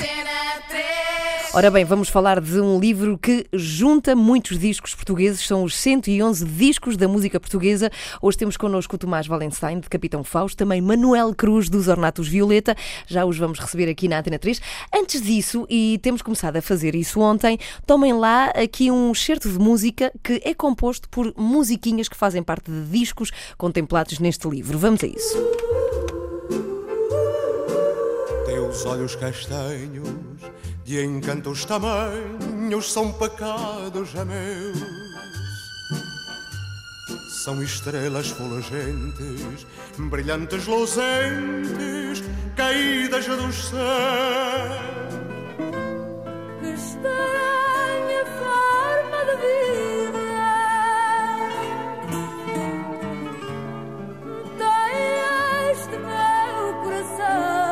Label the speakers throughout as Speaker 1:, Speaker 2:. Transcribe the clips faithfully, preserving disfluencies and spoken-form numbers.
Speaker 1: Ora bem, vamos falar de um livro que junta muitos discos portugueses, são os cento e onze discos da música portuguesa. Hoje temos connosco o Tomás Wallenstein, de Capitão Fausto, também Manuel Cruz, dos Ornatos Violeta, já os vamos receber aqui na Antena três. Antes disso, e temos começado a fazer isso ontem, tomem lá aqui um excerto de música que é composto por musiquinhas que fazem parte de discos contemplados neste livro. Vamos a isso.
Speaker 2: Teus olhos castanhos de encantos tamanhos são pecados a meus, são estrelas fulgentes, brilhantes luzentes, caídas do céu.
Speaker 3: Que estranha forma de vida tem este meu coração.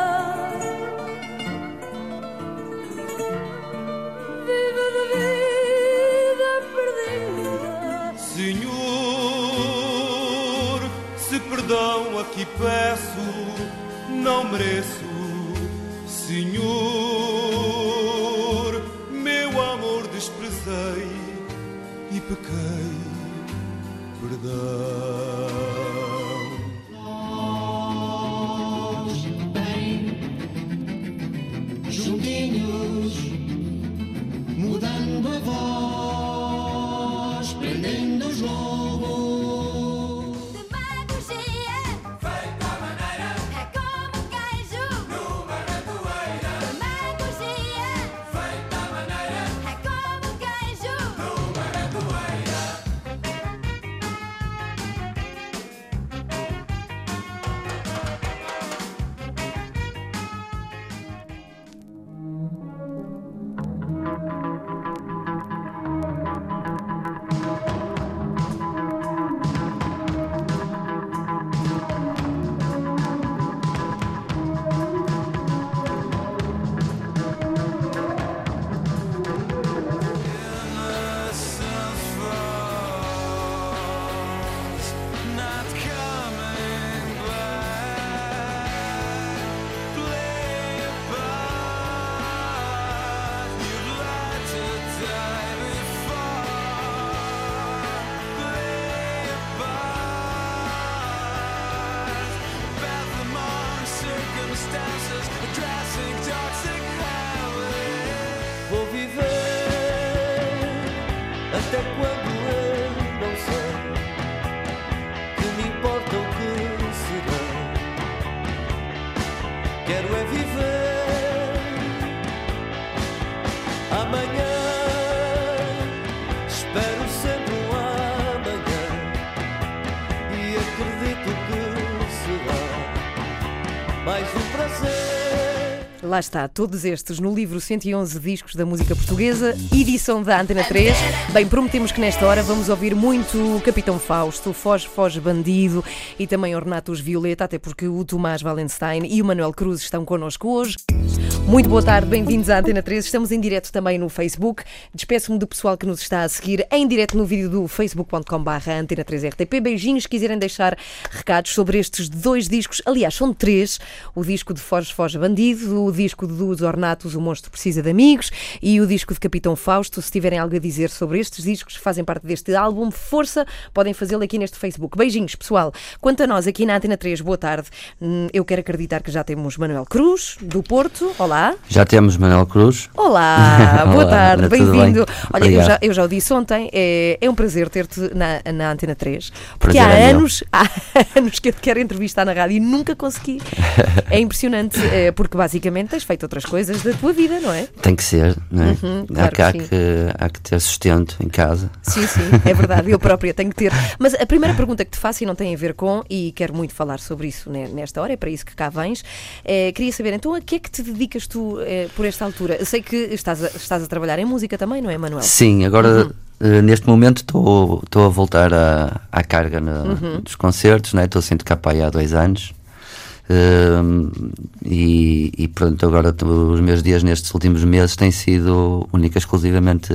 Speaker 2: Senhor, se perdão aqui peço, não mereço. Senhor, meu amor desprezei e pequei, perdão.
Speaker 4: Nós bem juntinhos, mudando a voz, prendendo os lobos.
Speaker 3: De magogia, feita à maneira, é como um queijo numa ratoeira. De magogia, feita à maneira, é como um queijo numa ratoeira.
Speaker 5: Vou viver até quando eu não sei, que me importa o que será. Quero é viver amanhã, espero sempre um amanhã e acredito que será mais um prazer.
Speaker 1: Lá está, todos estes no livro cento e onze discos da música portuguesa, edição da Antena três. Bem, prometemos que nesta hora vamos ouvir muito Capitão Fausto, Foge, Foge Bandido e também Ornatos Violeta, até porque o Tomás Wallenstein e o Manuel Cruz estão connosco hoje. Muito boa tarde, bem-vindos à Antena três. Estamos em direto também no Facebook. Despeço-me do pessoal que nos está a seguir em direto no vídeo do facebook ponto com barra antena três R T P. Beijinhos, se quiserem deixar recados sobre estes dois discos. Aliás, são três. O disco de Foge, Foge Bandido, o disco dos Ornatos, O Monstro Precisa de Amigos, e o disco de Capitão Fausto. Se tiverem algo a dizer sobre estes discos que fazem parte deste álbum, força, podem fazê-lo aqui neste Facebook. Beijinhos, pessoal. Quanto a nós, aqui na Antena três, boa tarde. Eu quero acreditar que já temos Manuel Cruz, do Porto. Olá.
Speaker 6: Já temos Manuel Cruz.
Speaker 1: Olá, boa
Speaker 6: Olá,
Speaker 1: tarde, bem-vindo.
Speaker 6: Bem?
Speaker 1: Olha, eu já, eu já o disse ontem, é, é um prazer ter-te na, na Antena três, porque
Speaker 6: Prazer
Speaker 1: há
Speaker 6: é
Speaker 1: anos, há anos que eu te quero entrevistar na rádio e nunca consegui. É impressionante, é, porque basicamente tens feito outras coisas da tua vida, não é?
Speaker 6: Tem que ser, não é?
Speaker 1: Uhum, claro
Speaker 6: há, que, há,
Speaker 1: que sim.
Speaker 6: que, há que ter sustento em casa.
Speaker 1: Sim, sim, é verdade, eu própria tenho que ter. Mas a primeira pergunta que te faço, e não tem a ver com, e quero muito falar sobre isso nesta hora, é para isso que cá vens, é, queria saber, então, a que é que te dedicas tu é, por esta altura? Eu sei que estás a, estás a trabalhar em música também, não é, Manuel?
Speaker 6: Sim, agora... Uhum. Uh, neste momento estou a voltar à, à carga na, uhum. dos concertos, estou sem tocar para aí há dois anos uh, e, e pronto, agora os meus dias nestes últimos meses têm sido única e exclusivamente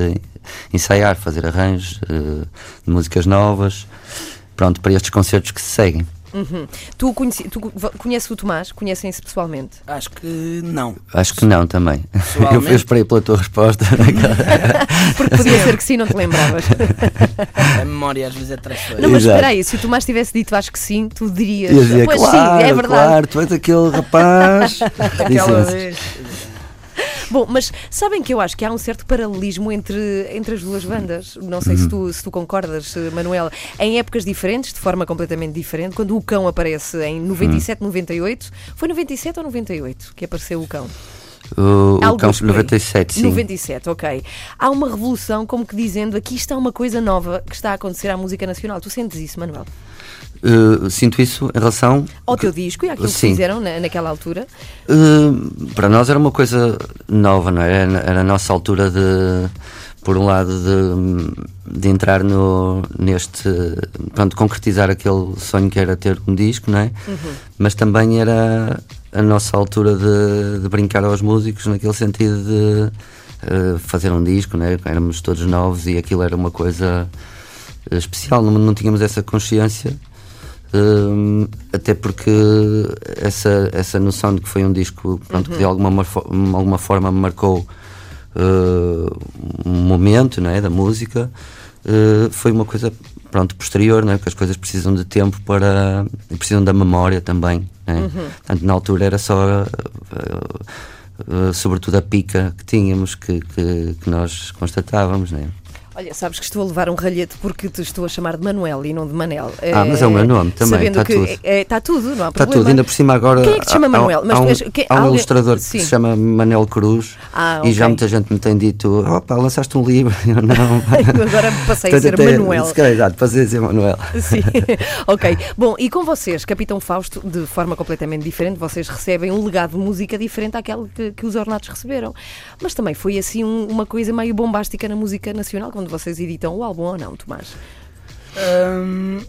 Speaker 6: ensaiar, fazer arranjos uh, de músicas novas, pronto, para estes concertos que se seguem.
Speaker 1: Uhum. Tu, conheci, tu conheces o Tomás? Conhecem-se pessoalmente?
Speaker 7: Acho que não.
Speaker 6: Acho que não também. Eu,
Speaker 7: Pessoalmente?
Speaker 6: eu esperei pela tua resposta.
Speaker 1: Porque podia ser que sim, não te lembravas.
Speaker 7: A memória às vezes é traiçoeira.
Speaker 1: Não, mas
Speaker 6: Exato.
Speaker 1: espera aí, se o Tomás tivesse dito acho que sim, tu dirias.
Speaker 6: E eu dizia,
Speaker 1: Pois
Speaker 6: claro,
Speaker 1: sim, é verdade.
Speaker 6: claro, tu és aquele rapaz.
Speaker 7: Aquela
Speaker 6: Disse-me.
Speaker 7: vez.
Speaker 1: Bom, mas sabem que eu acho que há um certo paralelismo entre, entre as duas bandas. Não sei se, tu, se tu concordas, eh, Manuel. Em épocas diferentes, de forma completamente diferente. Quando o Cão aparece em noventa e sete, noventa e oito. Foi noventa e sete ou noventa e oito que apareceu o Cão?
Speaker 6: O, o
Speaker 1: Alguns
Speaker 6: Cão
Speaker 1: por aí.
Speaker 6: noventa e sete, sim.
Speaker 1: noventa e sete, ok. Há uma revolução, como que dizendo, aqui está uma coisa nova que está a acontecer à música nacional. Tu sentes isso, Manuel?
Speaker 6: Uh, sinto isso em relação
Speaker 1: Ao teu disco e àquilo que
Speaker 6: Sim.
Speaker 1: fizeram na, naquela altura?
Speaker 6: Uh, para nós era uma coisa nova, não é? Era, era a nossa altura de, por um lado, de, de entrar no, neste, pronto, concretizar aquele sonho que era ter um disco, não é?
Speaker 1: Uhum.
Speaker 6: Mas também era a nossa altura de, de brincar aos músicos, naquele sentido de uh, fazer um disco, não é? Éramos todos novos e aquilo era uma coisa uh, especial, não, não tínhamos essa consciência. Um, até porque essa, essa noção de que foi um disco, pronto,
Speaker 1: Uhum.
Speaker 6: que de alguma, marfo- alguma forma me marcou uh, um momento, não é, da música, uh, foi uma coisa, pronto, posterior, não é, porque as coisas precisam de tempo para, e precisam da memória também, não é?
Speaker 1: Uhum.
Speaker 6: Portanto, na altura era só uh, uh, sobretudo a pica que tínhamos, que, que, que nós constatávamos, não é?
Speaker 1: Olha, sabes que estou a levar um ralhete porque te estou a chamar de Manuel e não de Manel.
Speaker 6: Ah, mas é o meu nome também,
Speaker 1: Sabendo
Speaker 6: está
Speaker 1: que
Speaker 6: tudo.
Speaker 1: é- é- Está tudo, não há
Speaker 6: Está
Speaker 1: problema.
Speaker 6: tudo, ainda por cima agora.
Speaker 1: Quem é que te chama
Speaker 6: há-
Speaker 1: Manuel?
Speaker 6: Há,
Speaker 1: Mas
Speaker 6: há um,
Speaker 1: tu és- que-
Speaker 6: há um
Speaker 1: alguém-
Speaker 6: ilustrador que
Speaker 1: Sim.
Speaker 6: se chama Manel Cruz
Speaker 1: Ah,
Speaker 6: e já
Speaker 1: ok.
Speaker 6: muita gente me tem dito: opa, lançaste um livro. Eu não.
Speaker 1: Eu agora passei a
Speaker 6: Portanto,
Speaker 1: ser
Speaker 6: até-
Speaker 1: Manuel.
Speaker 6: Se calhar, exato, passei a ser Manuel.
Speaker 1: Sim, ok. Bom, e com vocês, Capitão Fausto, de forma completamente diferente, vocês recebem um legado de música diferente àquele que, que os Ornatos receberam. Mas também foi assim um- uma coisa meio bombástica na música nacional, quando vocês editam o álbum ou não, Tomás?
Speaker 7: Hum,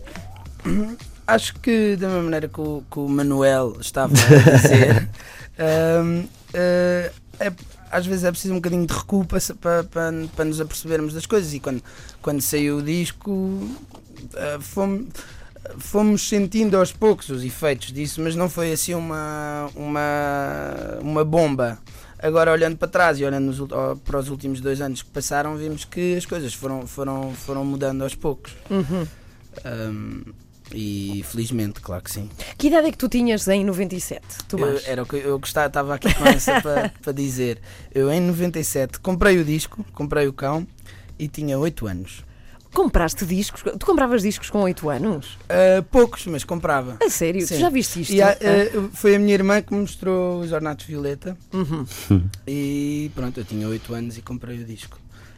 Speaker 7: acho que da mesma maneira que o, que o Manuel estava a dizer, hum, eh, é- às vezes é preciso um bocadinho de recuo para, se- para, para, para nos apercebermos das coisas, e quando, quando saiu o disco eh, fomos, fomos sentindo aos poucos os efeitos disso, mas não foi assim uma, uma, uma bomba. Agora, olhando para trás e olhando nos ul- ó, para os últimos dois anos que passaram, vimos que as coisas foram, foram, foram mudando aos poucos.
Speaker 1: Uhum.
Speaker 7: Um, e felizmente, claro que sim.
Speaker 1: Que idade é que tu tinhas em noventa e sete, Tomás?
Speaker 7: Eu, era o que eu gostava, estava aqui com essa para, para dizer. Eu em noventa e sete comprei o disco, comprei o Cão e tinha oito anos.
Speaker 1: Compraste discos? Tu compravas discos com oito anos?
Speaker 7: Uh, poucos, mas comprava.
Speaker 1: A sério?
Speaker 7: Sim.
Speaker 1: Tu já viste isto?
Speaker 7: E há,
Speaker 1: Ah.
Speaker 7: uh, foi a minha irmã que me mostrou os Ornatos Violeta
Speaker 1: Uhum.
Speaker 7: e pronto, eu tinha oito anos e comprei o disco.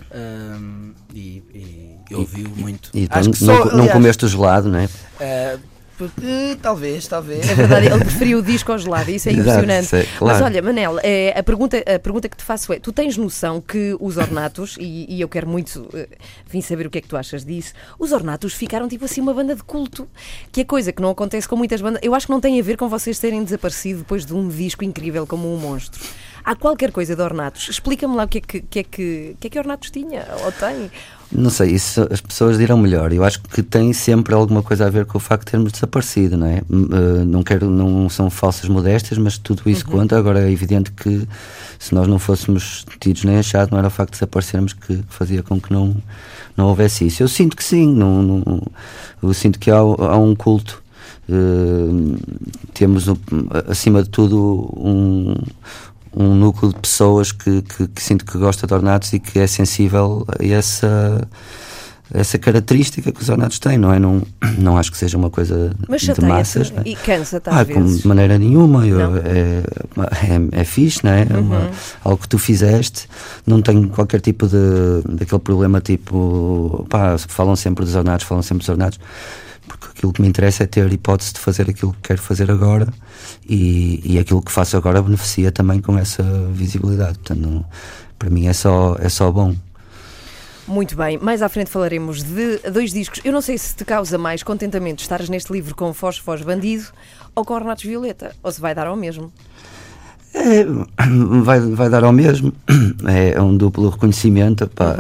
Speaker 7: Um, e, e, e ouvi-o muito.
Speaker 6: E então,
Speaker 7: Acho que
Speaker 6: não,
Speaker 7: só,
Speaker 6: não
Speaker 7: aliás,
Speaker 6: comeste o gelado, não é?
Speaker 7: uh, porque, talvez, talvez.
Speaker 1: É verdade, ele preferiu o disco ao gelado, isso é
Speaker 6: Exato,
Speaker 1: impressionante.
Speaker 6: isso é,
Speaker 1: Mas
Speaker 6: claro.
Speaker 1: olha, Manel, eh, a, pergunta, a pergunta que te faço é: tu tens noção que os Ornatos, e, e eu quero muito eh, vim saber o que é que tu achas disso, os Ornatos ficaram tipo assim uma banda de culto, que é coisa que não acontece com muitas bandas. Eu acho que não tem a ver com vocês terem desaparecido depois de um disco incrível como o Monstro. Há qualquer coisa de Ornatos. Explica-me lá o que é que, que, é que, que é que Ornatos tinha ou tem.
Speaker 6: Não sei, isso as pessoas dirão melhor. Eu acho que tem sempre alguma coisa a ver com o facto de termos desaparecido, não é? Uh, não quero, não são falsas modéstias, mas tudo isso
Speaker 1: Uhum.
Speaker 6: conta. Agora é evidente que se nós não fôssemos tidos nem achados, não era o facto de desaparecermos que, que fazia com que não, não houvesse isso. Eu sinto que sim, não, não, eu sinto que há, há um culto. Uh, temos, um, acima de tudo, um. um núcleo de pessoas que, que, que sinto que gosta de Ornatos e que é sensível a essa, a essa característica que os Ornatos têm, não é? Não, não acho que seja uma coisa
Speaker 1: Mas
Speaker 6: de
Speaker 1: chateia-te
Speaker 6: massas. Não é?
Speaker 1: e cansa-te às
Speaker 6: Ah, como
Speaker 1: vezes.
Speaker 6: de maneira nenhuma, eu-
Speaker 1: Não?
Speaker 6: é, é, é fixe, não é? É uma-
Speaker 1: Uhum.
Speaker 6: algo que tu fizeste, não tenho qualquer tipo de daquele problema tipo, pá, falam sempre dos Ornatos, falam sempre dos Ornatos, porque aquilo que me interessa é ter a hipótese de fazer aquilo que quero fazer agora e, e aquilo que faço agora beneficia também com essa visibilidade. Portanto, não- para mim é só, é só bom.
Speaker 1: Muito bem, mais à frente falaremos de dois discos. Eu não sei se te causa mais contentamento estares neste livro com Foz, Foz, Bandido ou com Ornatos Violeta, ou se vai dar ao mesmo.
Speaker 6: É, vai, vai dar ao mesmo, é um duplo reconhecimento. Pá,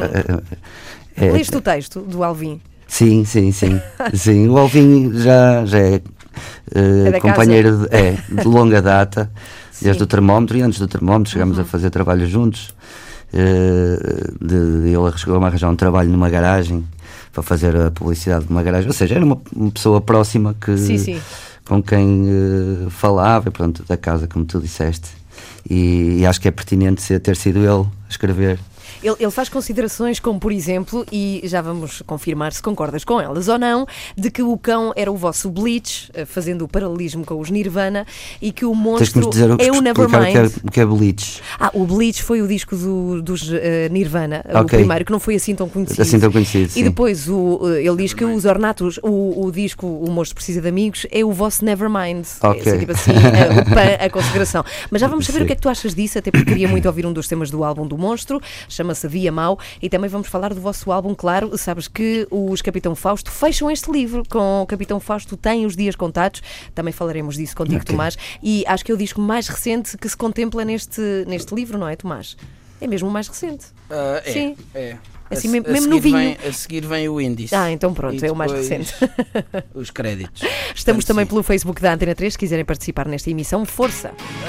Speaker 6: é- é-
Speaker 1: Leste o texto do Alvin?
Speaker 6: Sim, sim, sim. sim. O Alvin já, já é eh,
Speaker 1: É da
Speaker 6: companheiro de, é, de longa data, desde
Speaker 1: Sim.
Speaker 6: o termómetro e antes do termómetro chegámos a fazer trabalhos juntos. eh, de, de ele chegou a arranjar um trabalho numa garagem para fazer a publicidade de uma garagem, ou seja, era uma, uma pessoa próxima que,
Speaker 1: Sim, sim.
Speaker 6: com quem eh, falava, e pronto, da casa, como tu disseste, e, e acho que é pertinente ser, ter sido ele a escrever.
Speaker 1: Ele, ele faz considerações como, por exemplo, e já vamos confirmar se concordas com elas ou não, de que o cão era o vosso Bleach, eh, fazendo o paralelismo com os Nirvana, e que o
Speaker 6: Tens que
Speaker 1: monstro
Speaker 6: nos dizer o que
Speaker 1: é o
Speaker 6: explicar o que é,
Speaker 1: Nevermind.
Speaker 6: o que é Bleach.
Speaker 1: Ah, o Bleach foi o disco do- dos eh, Nirvana, o
Speaker 6: Ok.
Speaker 1: primeiro, que não foi assim tão conhecido.
Speaker 6: Assim tão conhecido,
Speaker 1: E
Speaker 6: sim.
Speaker 1: depois o, eh, ele diz que os ornatos, o, o disco O Monstro Precisa de Amigos, é o vosso Nevermind.
Speaker 6: Ok.
Speaker 1: É, assim, tipo assim, eh, o pan, a consagração. Mas já vamos saber
Speaker 6: Sim.
Speaker 1: o que é que tu achas disso, até porque queria muito ouvir um dos temas do álbum do Monstro, chama-se Dia Mau, e também vamos falar do vosso álbum, claro. Sabes que os Capitão Fausto fecham este livro com o Capitão Fausto Tem os Dias Contados, também falaremos disso contigo,
Speaker 6: Ok.
Speaker 1: Tomás, e acho que é o disco mais recente que se contempla neste, neste livro, não é, Tomás? É mesmo o mais recente.
Speaker 7: Ah, é,
Speaker 1: Sim.
Speaker 7: é.
Speaker 1: Assim,
Speaker 7: a,
Speaker 1: mesmo-
Speaker 7: a
Speaker 1: mesmo
Speaker 7: seguir
Speaker 1: novinho.
Speaker 7: vem, a seguir vem o índice.
Speaker 1: Ah, então pronto,
Speaker 7: E
Speaker 1: é o mais
Speaker 7: depois
Speaker 1: recente.
Speaker 7: Os créditos.
Speaker 1: Estamos
Speaker 7: Portanto,
Speaker 1: também
Speaker 7: sim.
Speaker 1: pelo Facebook da Antena três, se quiserem participar nesta emissão, força!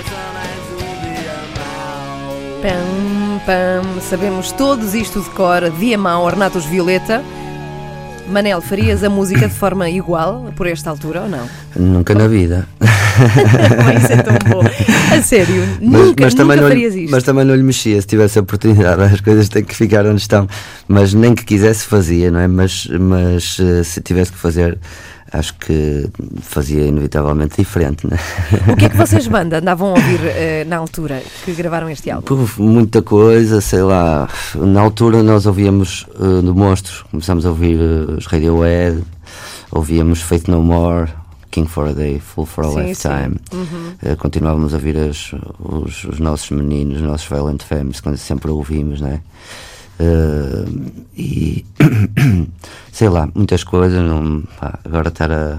Speaker 1: Pam, pam, sabemos todos isto de cor, Dia Mau, Ornatos Violeta. Manel, farias a música de forma igual por esta altura ou não?
Speaker 6: Nunca na vida.
Speaker 1: Ai, isso é tão bom. A sério,
Speaker 6: Mas,
Speaker 1: nunca,
Speaker 6: mas também
Speaker 1: nunca
Speaker 6: não,
Speaker 1: farias
Speaker 6: lhe-
Speaker 1: isto.
Speaker 6: mas também não lhe mexia se tivesse a oportunidade. As coisas têm que ficar onde estão. Mas nem que quisesse fazia, não é? Mas, mas eh, se tivesse que fazer, acho que fazia inevitavelmente diferente, não é?
Speaker 1: O que é que vocês, banda, andavam a ouvir eh, na altura que gravaram este álbum?
Speaker 6: Puf, muita coisa, sei lá. Na altura nós ouvíamos uh, do Monstro, começámos a ouvir uh, os Radiohead, ouvíamos Faith No More, King for a Day, Fool for a
Speaker 1: Sim,
Speaker 6: Lifetime.
Speaker 1: sim. Uhum.
Speaker 6: Uh, continuávamos a ouvir as- os, os nossos meninos, os nossos Violent Femmes, quando sempre ouvimos, não é? Uh, e sei lá, muitas coisas. Não, pá, agora estar a,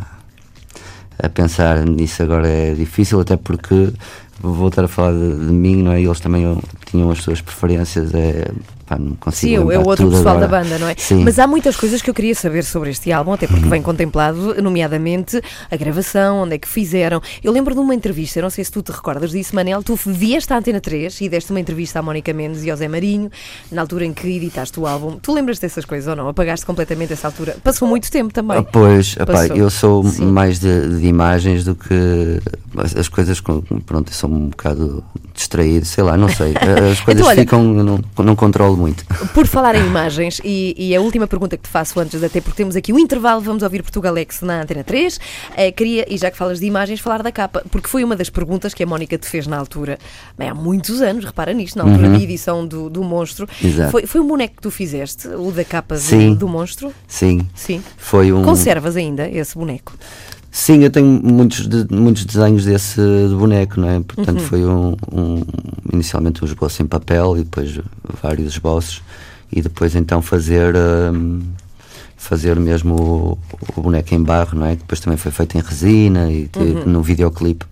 Speaker 6: a pensar nisso agora é difícil, até porque vou voltar a falar de, de mim, não é? Eles também tinham as suas preferências, é, pá, não consigo
Speaker 1: Sim, é
Speaker 6: lembrar
Speaker 1: o outro
Speaker 6: tudo
Speaker 1: pessoal
Speaker 6: agora.
Speaker 1: da banda, não é?
Speaker 6: Sim.
Speaker 1: Mas há muitas coisas que eu queria saber sobre este álbum, até porque vem contemplado, nomeadamente a gravação, onde é que fizeram. Eu lembro de uma entrevista, eu não sei se tu te recordas disso, Manel, tu vieste à Antena três e deste uma entrevista à Mónica Mendes e ao Zé Marinho, na altura em que editaste o álbum. Tu lembras dessas coisas ou não? Apagaste completamente essa altura? Passou muito tempo também.
Speaker 6: Ah, pois, epá,
Speaker 1: Passou.
Speaker 6: eu sou
Speaker 1: Sim.
Speaker 6: mais de, de imagens do que as, as coisas, com, pronto, eu sou um bocado distraído, sei lá, não sei. As coisas
Speaker 1: Então, olha,
Speaker 6: ficam, eu não, não controlo muito.
Speaker 1: Por falar em imagens, e, e a última pergunta que te faço antes, até porque temos aqui o intervalo, vamos ouvir Portugal X na Antena três, eh, queria, e já que falas de imagens, falar da capa, porque foi uma das perguntas que a Mónica te fez na altura, bem, há muitos anos, repara nisto, na altura
Speaker 6: Uhum.
Speaker 1: da edição do, do Monstro.
Speaker 6: Exato.
Speaker 1: Foi, foi um boneco que tu fizeste, o da capa
Speaker 6: Sim.
Speaker 1: do, do Monstro?
Speaker 6: Sim,
Speaker 1: Sim.
Speaker 6: foi um.
Speaker 1: Conservas ainda esse boneco?
Speaker 6: Sim, eu tenho muitos, de- muitos desenhos desse de boneco, não é? Portanto,
Speaker 1: Uhum.
Speaker 6: foi um, um- inicialmente um esboço em papel e depois vários esboços, e depois então fazer hum, fazer mesmo o, o boneco em barro, não é? Depois também foi feito em resina e te-
Speaker 1: Uhum.
Speaker 6: no videoclipe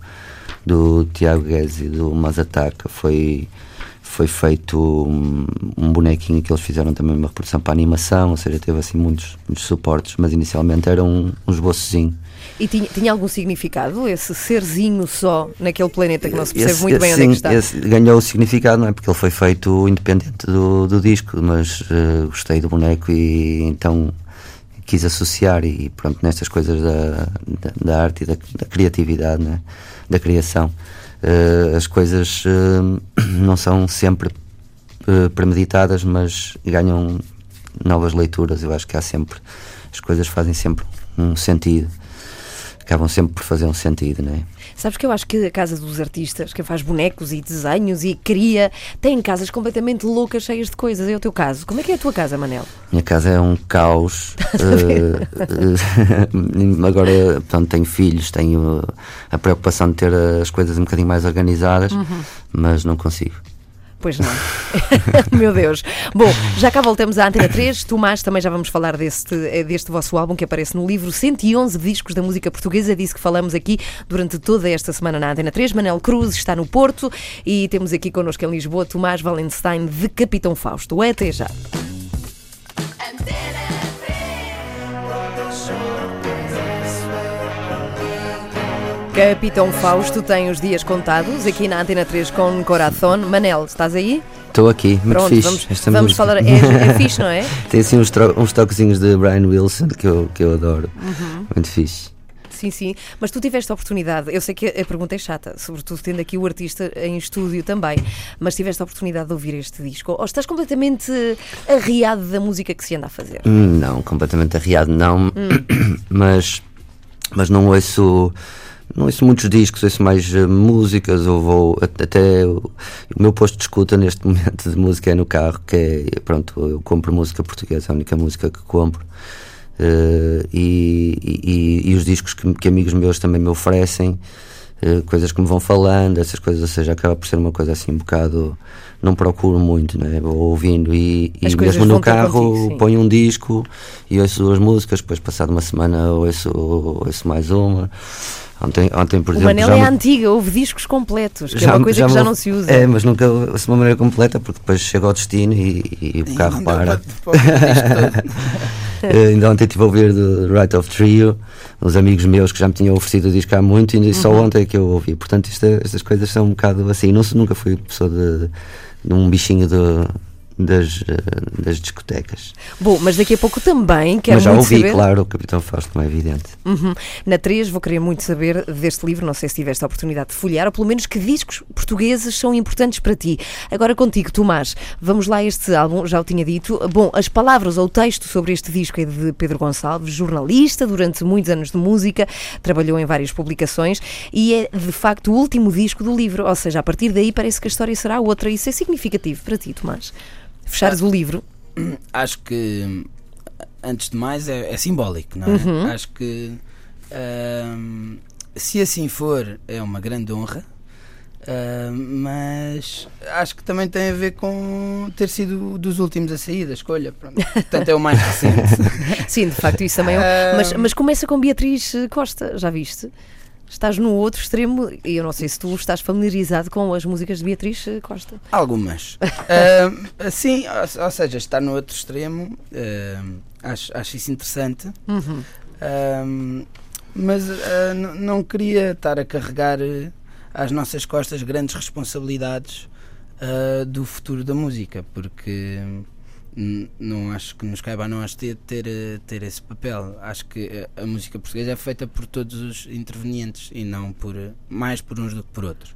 Speaker 6: do Tiago Guedes e do Mazataka foi foi feito um, um bonequinho que eles fizeram também uma reprodução para a animação, ou seja, teve assim muitos, muitos suportes, mas inicialmente era um, um esboçozinho.
Speaker 1: E tinha, tinha algum significado, esse serzinho só naquele planeta que não se percebe
Speaker 6: Esse-
Speaker 1: muito bem
Speaker 6: esse,
Speaker 1: onde é que
Speaker 6: sim,
Speaker 1: está?
Speaker 6: esse ganhou o significado, não é? Porque ele foi feito independente do, do disco, mas eh, gostei do boneco e então quis associar, e pronto, nestas coisas da, da, da arte e da, da criatividade, não é? Da criação, eh, as coisas eh, não são sempre eh, premeditadas, mas ganham novas leituras. Eu acho que há sempre, as coisas fazem sempre um sentido, acabam sempre por fazer um sentido, não é?
Speaker 1: Sabes que eu acho que a casa dos artistas, que faz bonecos e desenhos e cria, tem casas completamente loucas, cheias de coisas. É o teu caso. Como é que é a tua casa, Manel?
Speaker 6: Minha casa é um caos. eh, eh, agora, portanto, tenho filhos, tenho a preocupação de ter as coisas um bocadinho mais organizadas, mas não consigo.
Speaker 1: Pois não. Meu Deus. Bom, já cá voltamos à Antena três. Tomás, também já vamos falar deste, eh, deste vosso álbum que aparece no livro cento e onze Discos da Música Portuguesa. Disso que falamos aqui durante toda esta semana na Antena três. Manel Cruz está no Porto e temos aqui connosco em Lisboa Tomás Valenstein de Capitão Fausto. Até já. Capitão Fausto tem os dias contados aqui na Antena três com Corazón. Manel, estás aí?
Speaker 6: Estou aqui, muito
Speaker 1: Pronto,
Speaker 6: fixe.
Speaker 1: vamos,
Speaker 6: esta
Speaker 1: vamos
Speaker 6: música.
Speaker 1: falar. É, é fixe, não é?
Speaker 6: Tem assim uns, tro- uns toquezinhos de Brian Wilson que eu, que eu adoro.
Speaker 1: Uhum.
Speaker 6: Muito fixe.
Speaker 1: Sim, sim. Mas tu tiveste a oportunidade, eu sei que a pergunta é chata, sobretudo tendo aqui o artista em estúdio também, mas tiveste a oportunidade de ouvir este disco? Ou estás completamente arriado da música que se anda a fazer?
Speaker 6: Hum, Não, completamente arriado não, mas, mas não ouço, não ouço muitos discos, ouço mais uh, músicas, ou vou a- até o, o meu posto de escuta neste momento de música é no carro, que é, pronto, eu compro música portuguesa, é a única música que compro. Uh, e, e- e os discos que, que amigos meus também me oferecem, uh, coisas que me vão falando, essas coisas, ou seja, acaba por ser uma coisa assim um bocado, não procuro muito, não é? Vou ouvindo e, e
Speaker 1: As coisas
Speaker 6: mesmo no
Speaker 1: vão ter
Speaker 6: carro
Speaker 1: contigo, sim.
Speaker 6: ponho um disco e ouço duas músicas, depois passado uma semana ouço, ouço mais uma. Ontem, ontem por
Speaker 1: O
Speaker 6: exemplo,
Speaker 1: Manel
Speaker 6: já
Speaker 1: é
Speaker 6: me-
Speaker 1: antiga, houve discos completos, que é uma
Speaker 6: me-
Speaker 1: coisa que
Speaker 6: me-
Speaker 1: já não se usa.
Speaker 6: É, mas nunca ouço de uma maneira completa, porque depois chego ao destino e, e o carro
Speaker 7: Ainda
Speaker 6: para.
Speaker 7: pode- pode ouvir isto todo.
Speaker 6: Eh, ainda ontem estive a ouvir do Right of Trio, uns amigos meus que já me tinham oferecido o disco há muito, e só
Speaker 1: Uhum.
Speaker 6: ontem é que eu ouvi. Portanto, isto é- estas coisas são um bocado assim. Não, sou- nunca fui pessoa de, de um bichinho de- das, eh, das discotecas.
Speaker 1: Bom, mas daqui a pouco também quero
Speaker 6: Mas já
Speaker 1: muito
Speaker 6: ouvi,
Speaker 1: saber.
Speaker 6: claro, o Capitão Fausto, como é evidente.
Speaker 1: Uhum. Na três vou querer muito saber deste livro, não sei se tiveste a oportunidade de folhear, ou pelo menos que discos portugueses são importantes para ti. Agora contigo, Tomás, vamos lá a este álbum, já o tinha dito. Bom, as palavras ou o texto sobre este disco é de Pedro Gonçalves, jornalista durante muitos anos de música, trabalhou em várias publicações e é de facto o último disco do livro, ou seja, a partir daí parece que a história será outra. Isso é significativo para ti, Tomás? Fechares o livro?
Speaker 7: Acho que, antes de mais, é, é simbólico, não é?
Speaker 1: Uhum.
Speaker 7: Acho que, ahm, se assim for, é uma grande honra, ahm, mas acho que também tem a ver com ter sido dos últimos a sair da escolha. Pronto. Portanto, é o mais recente.
Speaker 1: Sim, de facto, isso também é um...
Speaker 7: Ah.
Speaker 1: mas, mas começa com Beatriz Costa, já viste? Estás no outro extremo e eu não sei se tu estás familiarizado com as músicas de Beatriz Costa.
Speaker 7: Algumas. Ahm, sim, ou, ou seja, estar no outro extremo, ahm, acho, acho isso interessante.
Speaker 1: Uhum.
Speaker 7: Ahm, mas ah, n- não queria estar a carregar eh, às nossas costas grandes responsabilidades ah, do futuro da música, porque hum, não acho que nos caiba a nós ter, ter, eh, ter esse papel. Acho que eh, a música portuguesa é feita por todos os intervenientes e não por, eh, mais por uns do que por outros.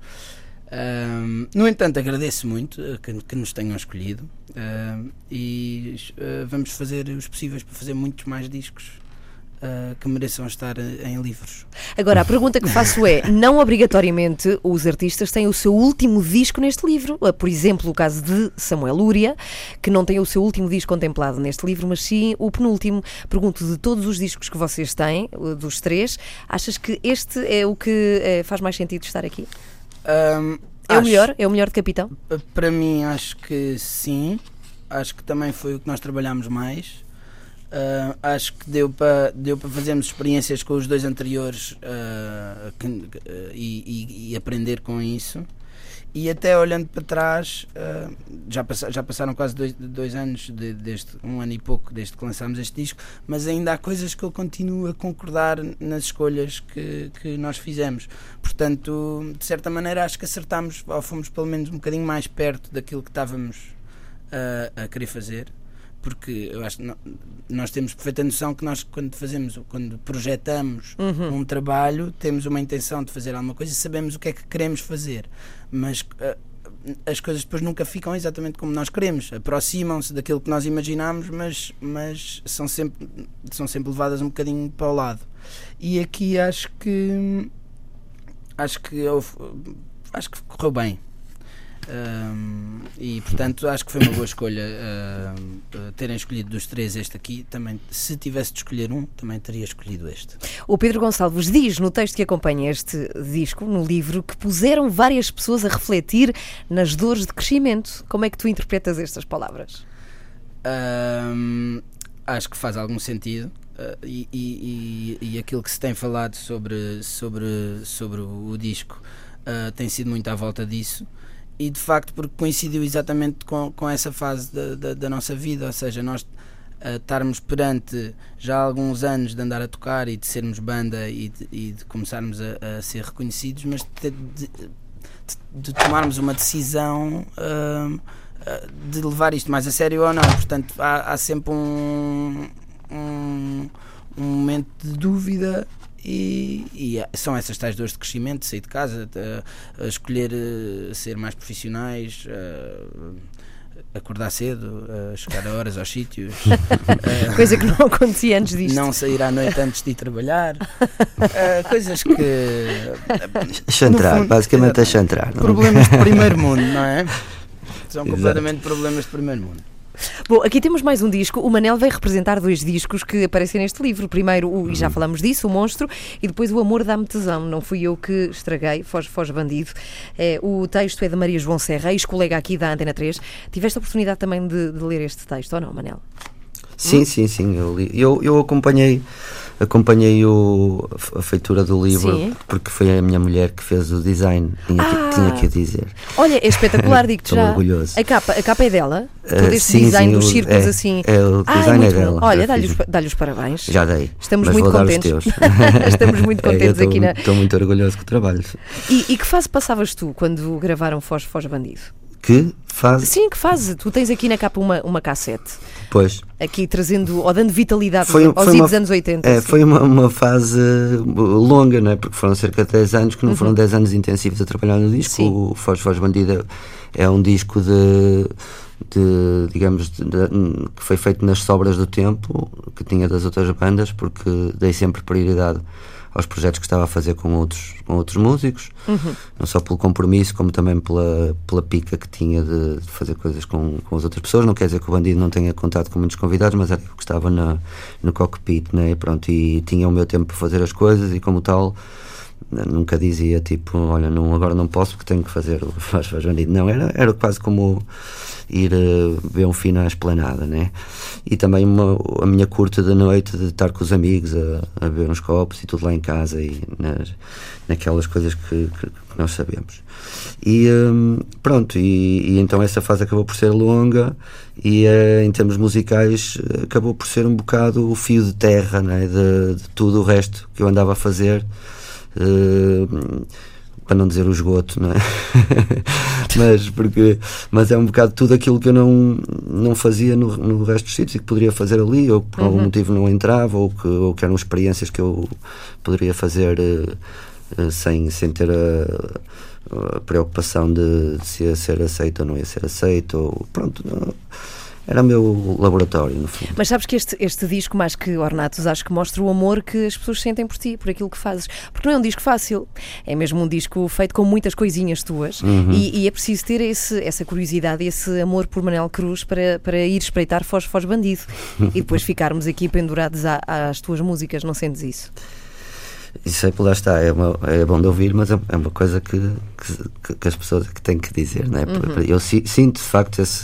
Speaker 7: Ahm, no entanto, agradeço muito eh, que, que nos tenham escolhido, ahm, e eh, vamos fazer os possíveis para fazer muitos mais discos ah, que mereçam estar eh, em livros.
Speaker 1: Agora, a pergunta que faço é, não obrigatoriamente os artistas têm o seu último disco neste livro. Por exemplo, o caso de Samuel Lúria, que não tem o seu último disco contemplado neste livro, mas sim o penúltimo. Pergunto, de todos os discos que vocês têm, dos três, achas que este é o que eh, faz mais sentido estar aqui?
Speaker 7: Ahm,
Speaker 1: É o
Speaker 7: acho-
Speaker 1: melhor? É o melhor de Capitão?
Speaker 7: Para mim, acho que sim. Acho que também foi o que nós trabalhámos mais. Ah, acho que deu para deu para fazermos experiências com os dois anteriores, ah, que- ah, e, e- e aprender com isso. E até olhando para trás, ah, já, passa- já passaram quase dois, dois anos, de- desde um ano e pouco desde que lançámos este disco, mas ainda há coisas que eu continuo a concordar nas escolhas que, que nós fizemos. Portanto, de certa maneira, acho que acertámos, ou fomos pelo menos um bocadinho mais perto daquilo que estávamos a, a querer fazer. Porque eu acho que no- nós temos perfeita noção que nós, quando fazemos, quando projetamos um trabalho, temos uma intenção de fazer alguma coisa e sabemos o que é que queremos fazer, mas ah, as coisas depois nunca ficam exatamente como nós queremos, aproximam-se daquilo que nós imaginamos, mas, mas são, sempre, são sempre levadas um bocadinho para o lado. E aqui acho que acho que houve- acho que correu bem. Um, e portanto acho que foi uma boa escolha, um, terem escolhido dos três este aqui. Também, se tivesse de escolher um, também teria escolhido este.
Speaker 1: O Pedro Gonçalves diz no texto que acompanha este disco, no livro, que puseram várias pessoas a refletir nas dores de crescimento. Como é que tu interpretas estas palavras?
Speaker 7: Um, acho que faz algum sentido, uh, e, e, e, e aquilo que se tem falado sobre, sobre, sobre o, o disco uh, tem sido muito à volta disso. E de facto, porque coincidiu exatamente com, com essa fase da, da, da nossa vida, ou seja, nós a estarmos perante já há alguns anos de andar a tocar e de sermos banda e de, e de começarmos a, a ser reconhecidos, mas de, de, de tomarmos uma decisão uh, de levar isto mais a sério ou não. Portanto, há, há sempre um, um, um momento de dúvida. E, e são essas tais dores de crescimento, de sair de casa, a, a escolher uh, ser mais profissionais, uh, acordar cedo, uh, chegar a horas aos sítios, uh,
Speaker 1: Coisa que não acontecia antes disto.
Speaker 7: não sair à noite antes de ir trabalhar, uh, coisas que
Speaker 6: Chantrar,
Speaker 7: no fundo,
Speaker 6: basicamente é
Speaker 7: exatamente,
Speaker 6: chantrar. não é?
Speaker 7: problemas de primeiro mundo, não é? São
Speaker 6: Exato.
Speaker 7: completamente problemas de primeiro mundo.
Speaker 1: Bom, aqui temos mais um disco. O Manel veio representar dois discos que aparecem neste livro. Primeiro, o, e já falamos disso, O Monstro, e depois O Amor Dá-me Tesão. Não fui eu que estraguei, Foge, Foge Bandido. É, o texto é de Maria João Serra, ex-colega aqui da Antena três. Tiveste a oportunidade também de, de ler este texto, ou não, Manel?
Speaker 6: Sim, sim, sim. Eu, li. eu, eu acompanhei, acompanhei o, a feitura do livro,
Speaker 1: Sim.
Speaker 6: porque foi a minha mulher que fez o design. Tinha,
Speaker 1: Ah.
Speaker 6: que, tinha que a dizer.
Speaker 1: Olha, é espetacular, digo-te
Speaker 6: Estou
Speaker 1: já.
Speaker 6: orgulhoso.
Speaker 1: A capa, a capa é dela?
Speaker 6: Eh,
Speaker 1: Todo este
Speaker 6: sim,
Speaker 1: design
Speaker 6: sim,
Speaker 1: dos
Speaker 6: o-
Speaker 1: círculos
Speaker 6: é,
Speaker 1: assim.
Speaker 6: é, o
Speaker 1: Ai,
Speaker 6: design
Speaker 1: muito
Speaker 6: é
Speaker 1: bom.
Speaker 6: dela,
Speaker 1: Olha,
Speaker 6: já
Speaker 1: dá-lhe
Speaker 6: fiz.
Speaker 1: os, dá-lhe os parabéns.
Speaker 6: Já dei.
Speaker 1: Estamos
Speaker 6: mas
Speaker 1: muito
Speaker 6: vou
Speaker 1: contentes.
Speaker 6: dar os teus.
Speaker 1: Estamos muito contentes aqui na.
Speaker 6: Estou muito orgulhoso com o trabalho.
Speaker 1: E, e que fase passavas tu quando gravaram Foge, Foge Bandido?
Speaker 6: Que faz.
Speaker 1: Sim, que fase? Tu tens aqui na capa uma, uma cassete,
Speaker 6: Pois.
Speaker 1: aqui trazendo, ou dando vitalidade
Speaker 6: Foi-
Speaker 1: aos
Speaker 6: foi
Speaker 1: idos
Speaker 6: uma-
Speaker 1: anos oitenta.
Speaker 6: É,
Speaker 1: assim.
Speaker 6: foi uma, uma fase longa, não é? Porque foram cerca de dez anos, que não
Speaker 1: Uhum.
Speaker 6: foram dez anos intensivos a trabalhar no disco.
Speaker 1: Sim.
Speaker 6: O Foz Foz Bandido é um disco de, de digamos, de- de- que foi feito nas sobras do tempo que tinha das outras bandas, porque dei sempre prioridade aos projetos que estava a fazer com outros, com outros músicos,
Speaker 1: Uhum.
Speaker 6: não só pelo compromisso, como também pela, pela pica que tinha de, de fazer coisas com, com as outras pessoas. Não quer dizer que o Bandido não tenha contato com muitos convidados, mas era eu que estava na, no cockpit, né? E pronto, e tinha o meu tempo para fazer as coisas, e como tal nunca dizia tipo, olha, não, agora não posso porque tenho que fazer o Faz Faz Bandido. Não, era, era quase como ir uh, ver um fino à esplanada, né? E também uma, a minha curta da noite de estar com os amigos a, a beber uns copos e tudo lá em casa e nas, naquelas coisas que, que, que nós sabemos. E um, pronto, e, e então essa fase acabou por ser longa e uh, em termos musicais acabou por ser um bocado o fio de terra, né? de, de tudo o resto que eu andava a fazer. Uh, para não dizer o esgoto, não é? mas, porque, mas é um bocado tudo aquilo que eu não, não fazia no, no resto dos sítios e que poderia fazer ali, ou que por algum motivo não entrava, ou que, ou que eram experiências que eu poderia fazer uh, uh, sem, sem ter a, a preocupação de, de se ia ser aceito ou não ia ser aceito, ou pronto, não, era o meu laboratório, no fundo.
Speaker 1: Mas sabes que este, este disco, mais que Ornatos, acho que mostra o amor que as pessoas sentem por ti, por aquilo que fazes. Porque não é um disco fácil, é mesmo um disco feito com muitas coisinhas tuas.
Speaker 6: Uhum.
Speaker 1: E, e é preciso ter esse, essa curiosidade, esse amor por Manel Cruz para, para ir espreitar Foz Foz Bandido e depois ficarmos aqui pendurados à, às tuas músicas, não sentes isso?
Speaker 6: Isso é, lá está, é, uma, é bom de ouvir, mas é é uma coisa que, que, que as pessoas que têm que dizer, não é?
Speaker 1: Uhum.
Speaker 6: Eu si, sinto de facto esse.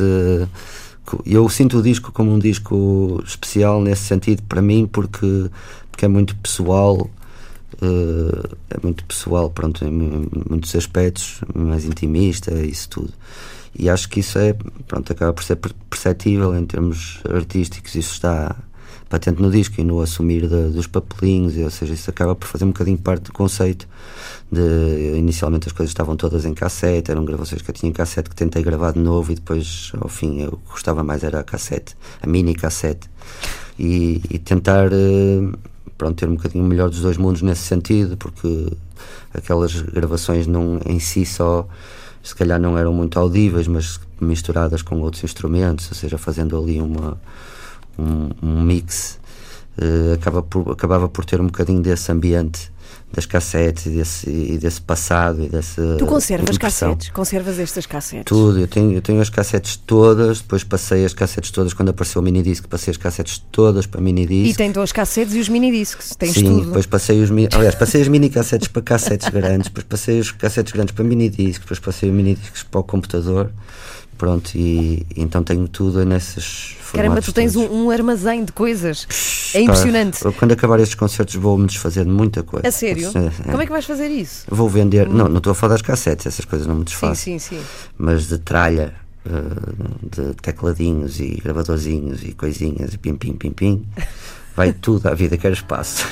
Speaker 6: Eu sinto o disco como um disco especial nesse sentido para mim, porque, porque é muito pessoal, uh, é muito pessoal, pronto, em, em muitos aspectos, mais intimista, isso tudo. E acho que isso é, pronto, acaba por ser perceptível em termos artísticos, isso está patente no disco e no assumir de, dos papelinhos, ou seja, isso acaba por fazer um bocadinho parte do conceito. De, inicialmente as coisas estavam todas em cassete, eram gravações que eu tinha em cassete que tentei gravar de novo e depois ao fim eu gostava mais era a cassete, a mini cassete, e, e tentar pronto, ter um bocadinho melhor dos dois mundos nesse sentido, porque aquelas gravações não, em si só se calhar não eram muito audíveis, mas misturadas com outros instrumentos, ou seja, fazendo ali uma um, um mix, uh, acaba por, acabava por ter um bocadinho desse ambiente das cassetes e desse, e desse passado e desse.
Speaker 1: Tu conservas
Speaker 6: impressão.
Speaker 1: cassetes? Conservas estas cassetes?
Speaker 6: Tudo, eu tenho, eu tenho as cassetes todas, depois passei as cassetes todas quando apareceu o minidisc, passei as cassetes todas para minidisc.
Speaker 1: E tem então as cassetes e os minidiscos, tens
Speaker 6: Sim,
Speaker 1: tudo.
Speaker 6: depois passei os mi- aliás, passei as mini cassetes para cassetes grandes, depois passei os cassetes grandes para minidisc, depois passei os minidiscs para o computador. Pronto, e, e então tenho tudo nesses formatos.
Speaker 1: Caramba, tu tens um,
Speaker 6: todos.
Speaker 1: um armazém de coisas.
Speaker 6: Pá,
Speaker 1: É impressionante.
Speaker 6: eu, quando acabar estes concertos vou-me desfazer de muita coisa.
Speaker 1: A sério?
Speaker 6: É, é.
Speaker 1: Como é que vais fazer isso?
Speaker 6: Vou vender, não, não estou a falar das cassetes, essas coisas não me
Speaker 1: Sim,
Speaker 6: desfazem,
Speaker 1: sim, sim.
Speaker 6: mas de tralha, uh, de tecladinhos e gravadorzinhos e coisinhas e pim pim pim pim, vai tudo à vida quer espaço.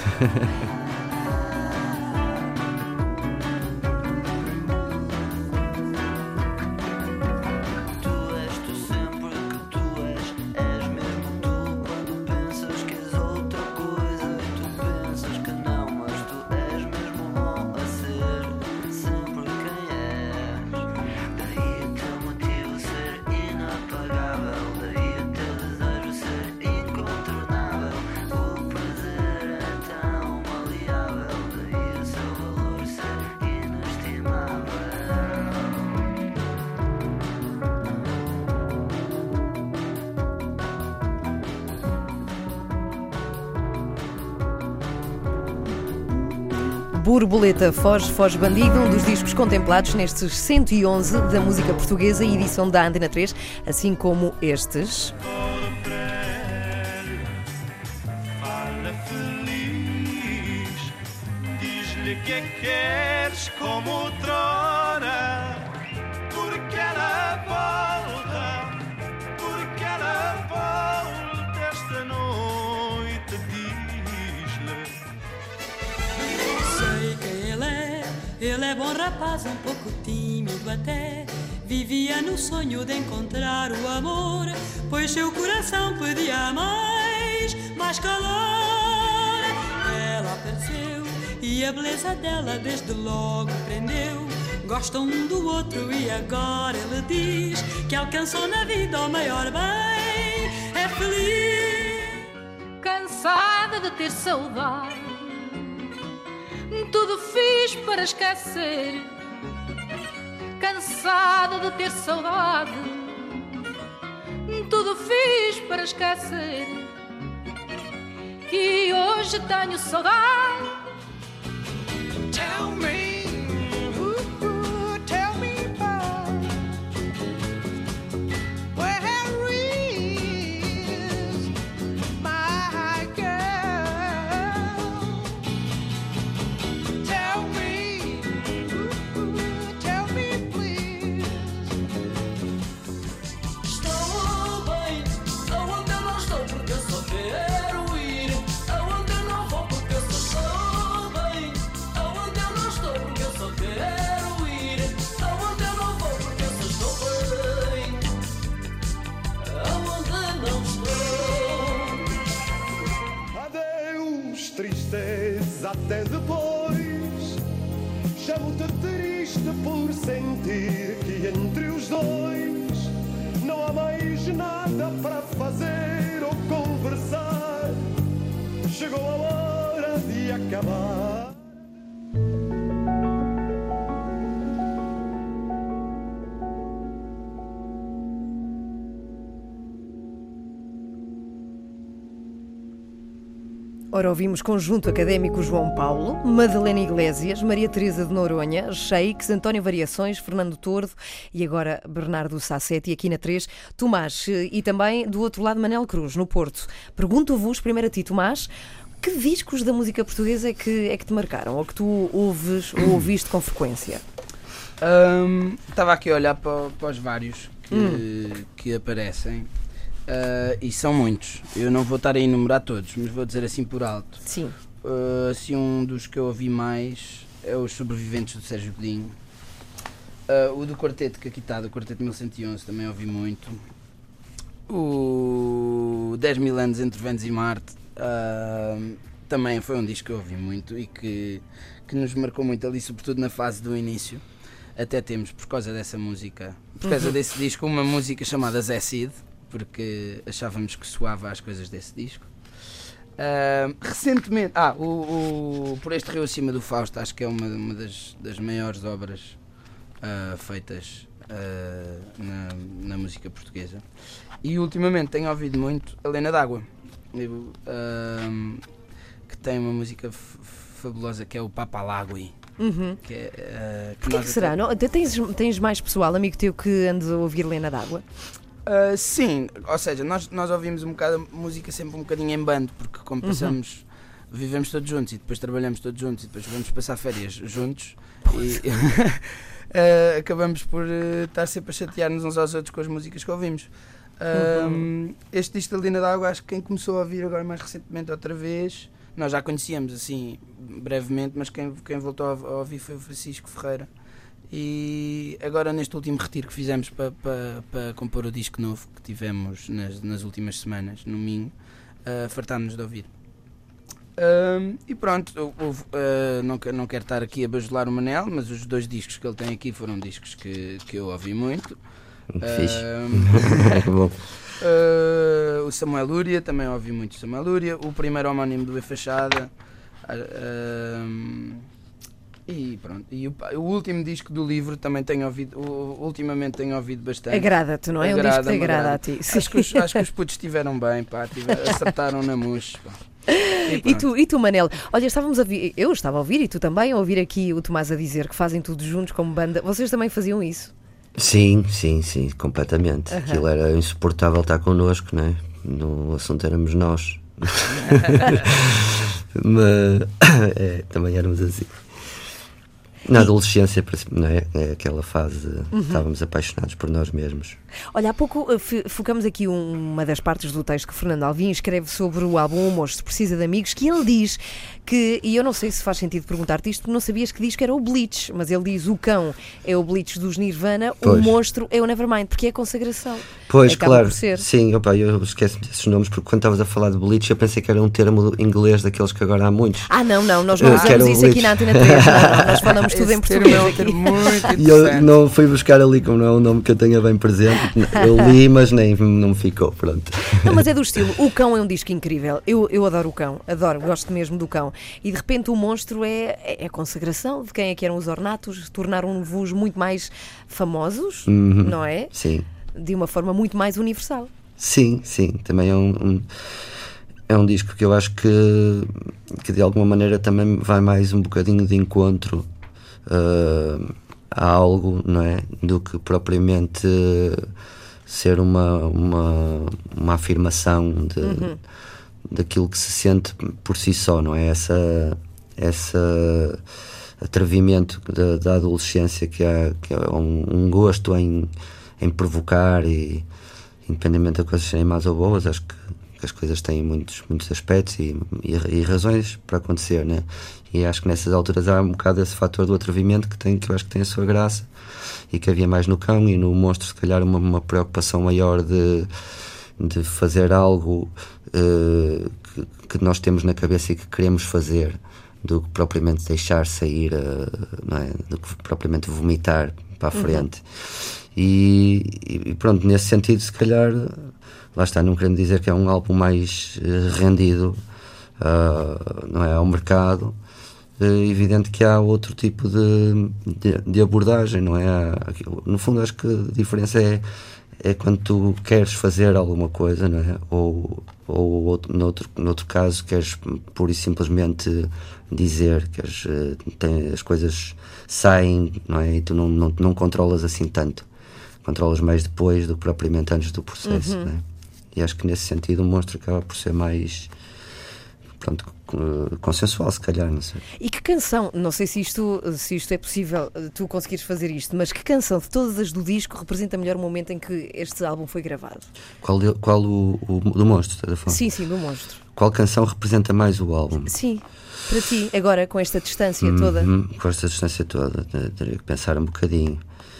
Speaker 5: Tu és tu sempre que tu és, és mesmo tu quando pensas que és outra coisa e tu pensas que não, mas tu és mesmo bom a ser sempre quem és. Daí o teu motivo ser inapagável, daí o teu desejo ser incontornável. O prazer é tão maleável, daí o seu valor ser inestimável.
Speaker 1: Borboleta Foge, Foge Bandido, um dos discos contemplados nestes cento e onze da música portuguesa e edição da Antena três, assim como estes.
Speaker 2: Fala feliz, diz-lhe que queres como outrora, porque ela volta, porque ela volta esta noite, diz-lhe.
Speaker 8: Sei que ele é, ele é bom rapaz, um pouco tímido até. Vivia no sonho de encontrar o amor, pois seu coração pedia mais, mais calor. Ela apareceu e a beleza dela desde logo prendeu. Gostam um do outro e agora ele diz que alcançou na vida o maior bem, é feliz.
Speaker 9: Cansada de ter saudade, tudo fiz para esquecer. Cansada de ter saudade, tudo fiz para esquecer. E hoje tenho saudade.
Speaker 2: Tell me, ooh, tell me about where is my girl. Tell me, ooh, tell me please.
Speaker 5: Estou bem, aonde eu não estou porque eu só quero ir. Aonde eu não vou porque eu só estou bem. Aonde eu não estou porque eu só quero ir. Aonde eu não vou porque eu só estou bem. Aonde não estou.
Speaker 2: Adeus, tristeza, até depois. Chamo-te triste por sentir que entre os dois não há mais nada para fazer ou conversar. Chegou a hora de acabar.
Speaker 1: Ora, ouvimos Conjunto Académico João Paulo, Madalena Iglesias, Maria Teresa de Noronha, Shakes, António Variações, Fernando Tordo e agora Bernardo Sassetti aqui na três, Tomás e também do outro lado Manel Cruz, no Porto. Pergunto-vos primeiro a ti, Tomás, que discos da música portuguesa é que, é que te marcaram ou que tu ouves ou ouviste com frequência?
Speaker 7: Hum, Estava aqui a olhar para, para os vários que, hum. que aparecem. Uh, e são muitos, eu não vou estar a enumerar todos, mas vou dizer assim por alto.
Speaker 1: Sim.
Speaker 7: Uh, assim, um dos que eu ouvi mais é Os Sobreviventes do Sérgio Godinho. Uh, o do quarteto que aqui está, do quarteto mil cento e onze, também ouvi muito. O dez mil anos entre Vênus e Marte uh, também foi um disco que eu ouvi muito e que, que nos marcou muito ali, sobretudo na fase do início. Até temos, por causa dessa música, por causa uhum. desse disco, uma música chamada Zé Cid, porque achávamos que soava as coisas desse disco. Uh, recentemente, ah, o, o Por Este Rio Acima do Fausto, acho que é uma, uma das, das maiores obras uh, feitas uh, na, na música portuguesa. E ultimamente tenho ouvido muito a Lena D'Água, eu, uh, que tem uma música f- fabulosa que é o Papalagui.
Speaker 1: Uhum.
Speaker 7: Que é, uh, que
Speaker 1: Porquê que será? Não, tens, tens mais pessoal, amigo teu, que anda a ouvir Lena D'Água?
Speaker 7: Uh, sim, ou seja, nós, nós ouvimos um bocado a música sempre um bocadinho em bando, porque como passamos, uhum. vivemos todos juntos e depois trabalhamos todos juntos e depois vamos passar férias juntos e, uh, acabamos por uh, estar sempre a chatear-nos uns aos outros com as músicas que ouvimos. Um,
Speaker 1: Uhum.
Speaker 7: Este disco da Lina d'Água, acho que quem começou a ouvir agora mais recentemente outra vez, nós já conhecíamos assim brevemente, mas quem, quem voltou a, a ouvir foi o Francisco Ferreira. E agora neste último retiro que fizemos para pa, pa compor o disco novo que tivemos nas, nas últimas semanas, no Minho, uh, fartámos-nos de ouvir. Um, e pronto, eu, eu, uh, não, que- não quero estar aqui a bajular o Manel, mas os dois discos que ele tem aqui foram discos que, que eu ouvi muito.
Speaker 6: Fixe.
Speaker 7: Um,
Speaker 6: Bom.
Speaker 7: Uh, o Samuel Lúria, também ouvi muito Samuel Lúria. O primeiro homónimo do E Fachada. Uh, um, e pronto. E o, o último disco do livro também tenho ouvido. O, ultimamente tenho ouvido bastante.
Speaker 1: Agrada-te, não é? É um disco que te
Speaker 7: Agrada-me,
Speaker 1: agrada a
Speaker 7: agrada.
Speaker 1: ti.
Speaker 7: Acho que, os, acho que os putos estiveram bem, pá, tive- acertaram na mousse. pá. E
Speaker 1: E
Speaker 7: pronto.
Speaker 1: tu, e tu, Manel? Olha, estávamos a ouvir, eu estava a ouvir e tu também a ouvir aqui o Tomás a dizer que fazem tudo juntos como banda. Vocês também faziam isso?
Speaker 6: Sim, sim, sim, completamente.
Speaker 1: Aham.
Speaker 6: Aquilo era insuportável estar connosco, não é? No assunto éramos nós. Mas é, também éramos assim. Na adolescência, não é? É aquela fase, estávamos apaixonados por nós mesmos.
Speaker 1: Olha, há pouco eh, f- focamos aqui um- uma das partes do texto que Fernando Alvim escreve sobre o álbum O Monstro Precisa de Amigos, que ele diz que, e eu não sei se faz sentido perguntar-te isto, porque não sabias que diz que era o Bleach, mas ele diz o cão é o Bleach dos Nirvana, o
Speaker 6: Pois.
Speaker 1: monstro é o Nevermind, porque é a consagração.
Speaker 6: Pois,
Speaker 1: Acaba
Speaker 6: claro.
Speaker 1: por ser.
Speaker 6: Sim, opa, eu esqueço-me desses nomes porque quando estavas a falar de Bleach eu pensei que era um termo inglês daqueles que agora há muitos.
Speaker 1: Ah, não, não, nós não
Speaker 6: Eu quero
Speaker 1: usamos
Speaker 6: o
Speaker 1: isso aqui
Speaker 6: Bleach.
Speaker 1: na Antena três, não, não, nós falamos tudo
Speaker 7: Esse
Speaker 1: em
Speaker 7: termo
Speaker 1: português
Speaker 7: é um
Speaker 1: aqui.
Speaker 7: termo muito
Speaker 6: E eu
Speaker 7: interessante.
Speaker 6: não fui buscar ali, como não é um nome que eu tenha bem presente, eu li, mas nem não ficou, pronto.
Speaker 1: Não, mas é do estilo. O Cão é um disco incrível. Eu, eu adoro o Cão, adoro, gosto mesmo do Cão. E de repente o Monstro é, é a consagração de quem é que eram os ornatos, tornaram-vos muito mais famosos,
Speaker 6: Uhum.
Speaker 1: não é?
Speaker 6: Sim,
Speaker 1: De uma forma muito mais universal.
Speaker 6: sim, sim, também é um, um- é um disco que eu acho que, que de alguma maneira também vai mais um bocadinho de encontro uh, a algo, não é? Do que propriamente uh, ser uma, uma, uma afirmação de, daquilo que se sente por si só, não é? Essa, essa atrevimento da, da adolescência que é, que é um, um gosto em, em provocar e independentemente das coisas serem más ou boas, acho que, que as coisas têm muitos, muitos aspectos e, e, e razões para acontecer, né? E acho que nessas alturas há um bocado esse fator do atrevimento que, tem, que eu acho que tem a sua graça e que havia mais no Cão e no Monstro se calhar uma, uma preocupação maior de, de fazer algo eh, que, que nós temos na cabeça e que queremos fazer do que propriamente deixar sair, eh, não é? Do que propriamente vomitar para a frente. E, e pronto, nesse sentido, se calhar, lá está, não querendo dizer que é um álbum mais eh, rendido ah, não é, ao mercado. É evidente que há outro tipo de, de, de abordagem, não é? Há aquilo- no fundo, acho que a diferença é, é quando tu queres fazer alguma coisa, não é? Ou, ou outro, noutro, noutro caso, queres pura e simplesmente dizer, queres, eh, tem, as coisas saem, não é? E tu não, não, não controlas assim tanto. Controlas mais depois do que propriamente antes do processo, não é? E acho que nesse sentido o Monstro acaba por ser mais, pronto, co- consensual, se calhar, não sei.
Speaker 1: E que canção, não sei se isto, se isto é possível eh, tu conseguires fazer isto, mas que canção de todas as do disco representa melhor o momento em que este álbum foi gravado?
Speaker 6: Qual, de- qual o, o do Monstro, estás a falar?
Speaker 1: Sim, sim, do Monstro.
Speaker 6: Qual canção representa mais o álbum?
Speaker 1: Sim, para ti, agora com esta distância toda.
Speaker 6: Uhum, com esta distância toda, te- teria que pensar um bocadinho,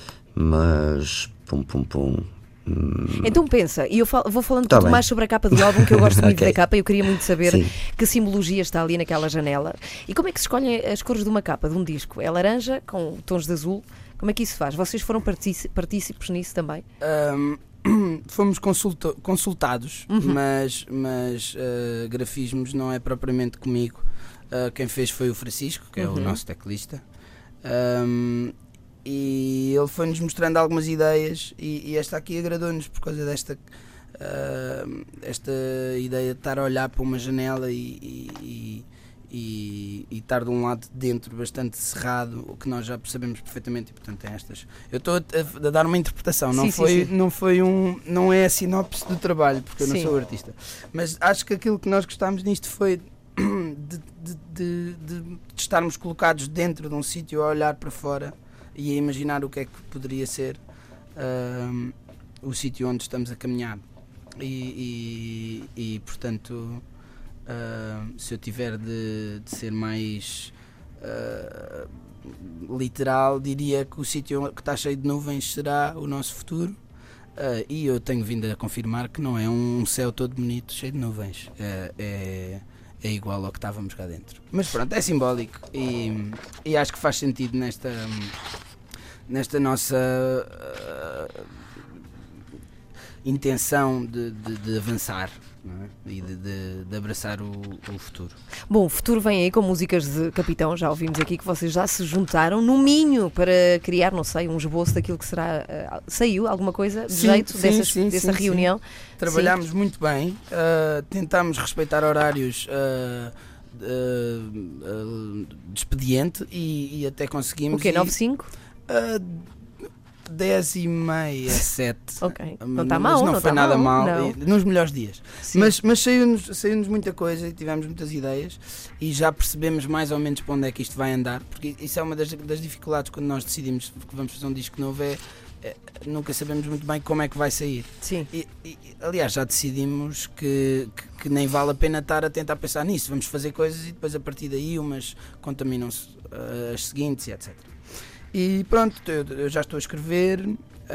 Speaker 6: mas pum pum pum. hum,
Speaker 1: Então pensa, e eu fal- vou falando
Speaker 6: Tá
Speaker 1: com tu
Speaker 6: bem.
Speaker 1: mais sobre a capa do álbum, que eu gosto muito
Speaker 6: Ok.
Speaker 1: da capa, eu queria muito saber
Speaker 6: Sim.
Speaker 1: que simbologia está ali naquela janela. E como é que se escolhem as cores de uma capa, de um disco? É laranja, com tons de azul? Como é que isso se faz? Vocês foram partici- partícipes nisso também?
Speaker 7: Ahm, fomos consulta- consultados, mas, mas ah, grafismos não é propriamente comigo. Ah, quem fez foi o Francisco, que é o nosso teclista. Ahm, e ele foi-nos mostrando algumas ideias e, e esta aqui agradou-nos por causa desta ah, esta ideia de estar a olhar para uma janela e, e, e, e- e estar de um lado de dentro bastante cerrado, o que nós já percebemos perfeitamente, e portanto tem estas. Eu estou a, a dar uma interpretação, não
Speaker 1: Sim, sim,
Speaker 7: foi,
Speaker 1: sim.
Speaker 7: não foi um, não é a sinopse do trabalho, porque eu não
Speaker 1: Sim.
Speaker 7: sou artista, mas acho que aquilo que nós gostámos nisto foi de, de- de- de- de estarmos colocados dentro de um sítio a olhar para fora, e a imaginar o que é que poderia ser uh, o sítio onde estamos a caminhar. E, e, e portanto, uh, se eu tiver de, de ser mais uh, literal, diria que o sítio que está cheio de nuvens será o nosso futuro. Uh, e eu tenho vindo a confirmar que não é um céu todo bonito, cheio de nuvens. Uh, é, é igual ao que estávamos cá dentro. Mas pronto, é simbólico e, e acho que faz sentido nesta, nesta nossa uh, intenção de, de, de avançar, não é? E de, de, de abraçar o, o futuro.
Speaker 1: Bom, o futuro vem aí com músicas de Capitão. Já ouvimos aqui que vocês já se juntaram no Minho para criar, não sei, um esboço daquilo que será. Uh, saiu alguma coisa de
Speaker 7: Sim,
Speaker 1: jeito
Speaker 7: sim,
Speaker 1: dessas,
Speaker 7: sim,
Speaker 1: dessa
Speaker 7: sim,
Speaker 1: reunião?
Speaker 7: sim. Trabalhámos muito bem, uh, tentámos respeitar horários uh, uh, uh, de expediente e, e até conseguimos.
Speaker 1: O quê?
Speaker 7: e-
Speaker 1: nove cinco?
Speaker 7: Uh, dez e meia, sete.
Speaker 1: Ok. Não
Speaker 7: Mas
Speaker 1: está mal,
Speaker 7: não,
Speaker 1: não
Speaker 7: foi
Speaker 1: está
Speaker 7: nada
Speaker 1: mal,
Speaker 7: mal,
Speaker 1: não.
Speaker 7: e- nos melhores dias.
Speaker 1: Sim.
Speaker 7: Mas, mas saiu-nos, saiu-nos muita coisa e tivemos muitas ideias e já percebemos mais ou menos para onde é que isto vai andar, porque isso é uma das, das dificuldades quando nós decidimos que vamos fazer um disco novo, é, é nunca sabemos muito bem como é que vai sair.
Speaker 1: Sim.
Speaker 7: E, e, aliás, já decidimos que, que, que nem vale a pena estar a tentar pensar nisso. Vamos fazer coisas e depois a partir daí umas contaminam-se uh, as seguintes e etcétera. E pronto, eu, eu já estou a escrever uh,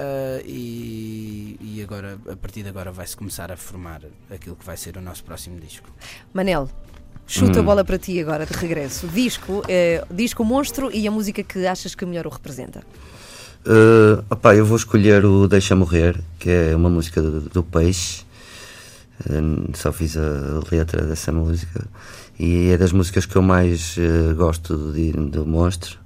Speaker 7: e, e agora, a partir de agora vai-se começar a formar aquilo que vai ser o nosso próximo disco.
Speaker 1: Manel, chuta a
Speaker 6: Hum.
Speaker 1: bola para ti agora, de regresso. Disco, eh, disco Monstro e a música que achas que melhor o representa.
Speaker 6: Uh, opá, eu vou escolher o Deixa Morrer, que é uma música do, do Peixe. Uh, só fiz a letra dessa música e é das músicas que eu mais uh, gosto do, do Monstro.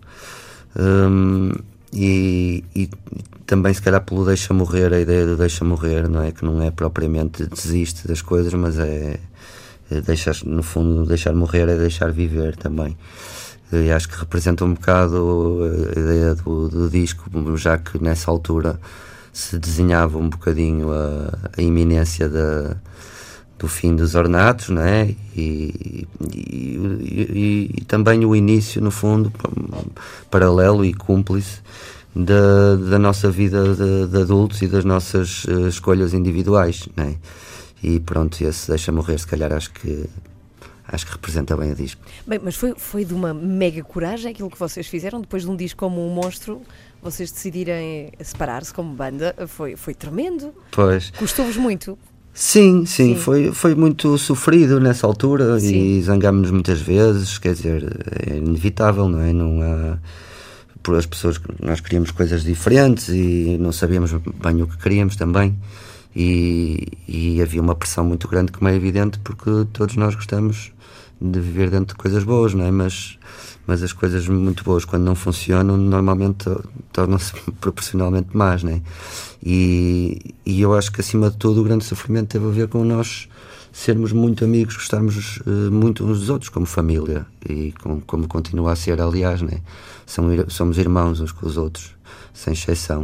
Speaker 6: Um, e, e também se calhar pelo Deixa Morrer, a ideia do Deixa Morrer, não é? Que não é propriamente desiste das coisas, mas é, é deixar, no fundo, deixar morrer é deixar viver também. E acho que representa um bocado a ideia do, do disco, já que nessa altura se desenhava um bocadinho a, a iminência da, do fim dos ornatos, não é? E, e, e, e também o início, no fundo, paralelo e cúmplice da, da nossa vida de, de adultos e das nossas uh, escolhas individuais, não é? E pronto, esse Deixa Morrer, se calhar acho que acho que representa bem o disco.
Speaker 1: Bem, mas foi, foi de uma mega coragem aquilo que vocês fizeram depois de um disco como o Monstro, vocês decidirem separar-se como banda, foi, foi tremendo.
Speaker 6: Pois.
Speaker 1: Custou-vos muito.
Speaker 6: Sim, sim,
Speaker 1: Sim.
Speaker 6: Foi, foi muito sofrido nessa altura.
Speaker 1: Sim.
Speaker 6: E zangámos-nos muitas vezes, quer dizer, é inevitável, não é? Não há, por as pessoas, nós queríamos coisas diferentes e não sabíamos bem o que queríamos também. E, e havia uma pressão muito grande, como é evidente, porque todos nós gostamos de viver dentro de coisas boas, não é? Mas, mas as coisas muito boas, quando não funcionam, normalmente tornam-se proporcionalmente más, não é? E, e eu acho que, acima de tudo, o grande sofrimento teve a ver com nós sermos muito amigos, gostarmos uh, muito uns dos outros, como família, e com, como continua a ser, aliás, né? São, somos irmãos uns com os outros, sem exceção.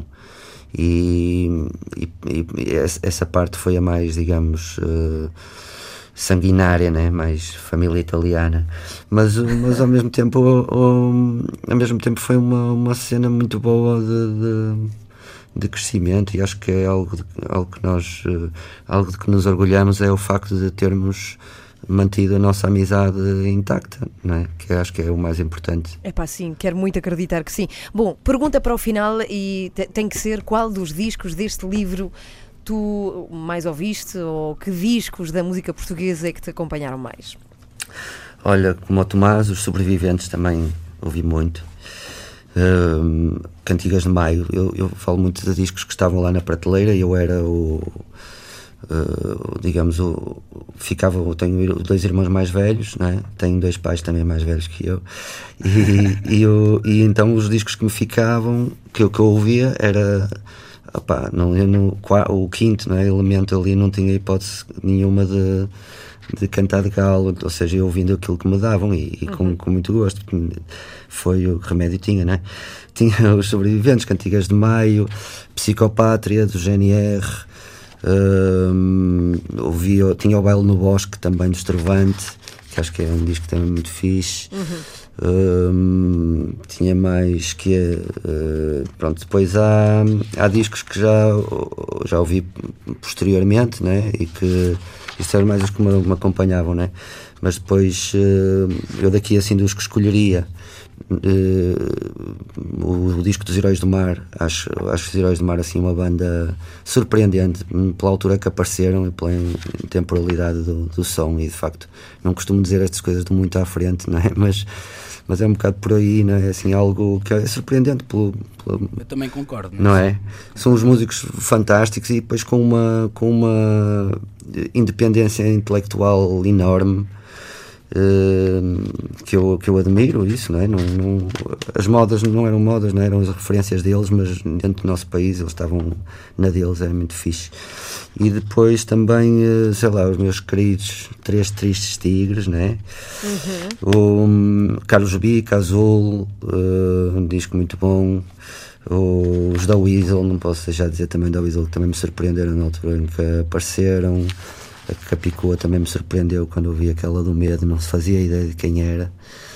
Speaker 6: E, e, e essa parte foi a mais, digamos, uh, sanguinária, né? Mais família italiana, mas, mas ao mesmo tempo um, ao mesmo tempo foi uma, uma cena muito boa de, de, de crescimento, e acho que é algo, de, algo que nós uh, algo de que nos orgulhamos, é o facto de termos mantido a nossa amizade intacta, não é? Que acho que é o mais importante.
Speaker 1: É pá, sim, quero muito acreditar que sim. Bom, pergunta para o final, e te- tem que ser: qual dos discos deste livro tu mais ouviste, ou que discos da música portuguesa é que te acompanharam mais?
Speaker 6: Olha, como o Tomás, os Sobreviventes também ouvi muito. Um, Cantigas de Maio, eu, eu falo muito de discos que estavam lá na prateleira, e eu era o Uh, digamos, o, ficava, eu tenho dois irmãos mais velhos, não é? Tenho dois pais também mais velhos que eu, e, e, eu, e então os discos que me ficavam, que eu, que eu ouvia, era opá, não, eu não, o quinto, não é? Elemento ali, não tinha hipótese nenhuma de, de cantar de galo, ou seja, eu ouvindo aquilo que me davam, e, e com,
Speaker 1: Uhum.
Speaker 6: com muito gosto, foi o que remédio tinha, não é? Tinha os Sobreviventes, Cantigas de Maio, Psicopátria, do G N R. Uh, ouvi, tinha o Baile no Bosque também, do Estrovante, que acho que é um disco também muito fixe.
Speaker 1: Uhum.
Speaker 6: Hum, tinha mais que é, uh, pronto, depois há, há discos que já, já ouvi posteriormente, né? E que isso eram mais os que me, me acompanhavam, né? Mas depois uh, eu daqui assim dos que escolheria uh, o, o disco dos Heróis do Mar. Acho, acho os Heróis do Mar assim uma banda surpreendente pela altura que apareceram e pela temporalidade do, do som, e de facto não costumo dizer estas coisas de muito à frente, não é? Mas Mas é um bocado por aí, não é? Assim, algo que é surpreendente. Pelo, pelo,
Speaker 7: Eu também concordo.
Speaker 6: não é? São uns músicos fantásticos e depois com uma, com uma independência intelectual enorme, eh, que, eu, que eu admiro isso, não é? Não, não, as modas não eram modas, não eram as referências deles, mas dentro do nosso país eles estavam na deles, era muito fixe. E depois também, eh, sei lá, os meus queridos Três Tristes Tigres, né? Uhum. O um, Carlos Bica, Azul, uh, um disco muito bom. Os da Weasel, não posso deixar de dizer também da Weasel, que também me surpreenderam na altura em que apareceram. A Capicua também me surpreendeu quando eu vi aquela do Medo, não se fazia ideia de quem era.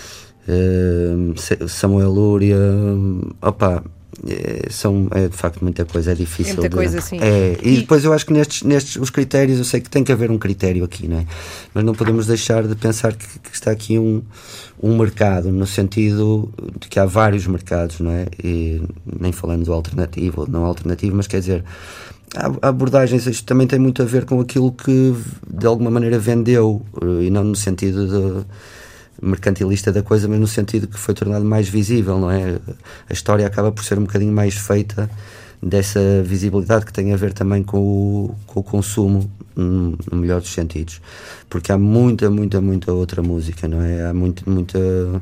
Speaker 6: Uh, Samuel Lúria, opa. É, são, é de facto muita coisa, é difícil.
Speaker 1: É muita
Speaker 6: de,
Speaker 1: coisa, sim.
Speaker 6: É, e,
Speaker 1: E-
Speaker 6: depois eu acho que nestes, nestes os critérios, eu sei que tem que haver um critério aqui, não é? Mas não podemos deixar de pensar que, que está aqui um, um mercado, no sentido de que há vários mercados, não é? E nem falando do alternativo ou não alternativo, mas quer dizer, há, há abordagens, isto também tem muito a ver com aquilo que de alguma maneira vendeu, e não no sentido de mercantilista da coisa, mas no sentido que foi tornado mais visível, não é? A história acaba por ser um bocadinho mais feita dessa visibilidade que tem a ver também com o, com o consumo, no, no melhor dos sentidos, porque há muita, muita, muita outra música, não é? Há muito, muita...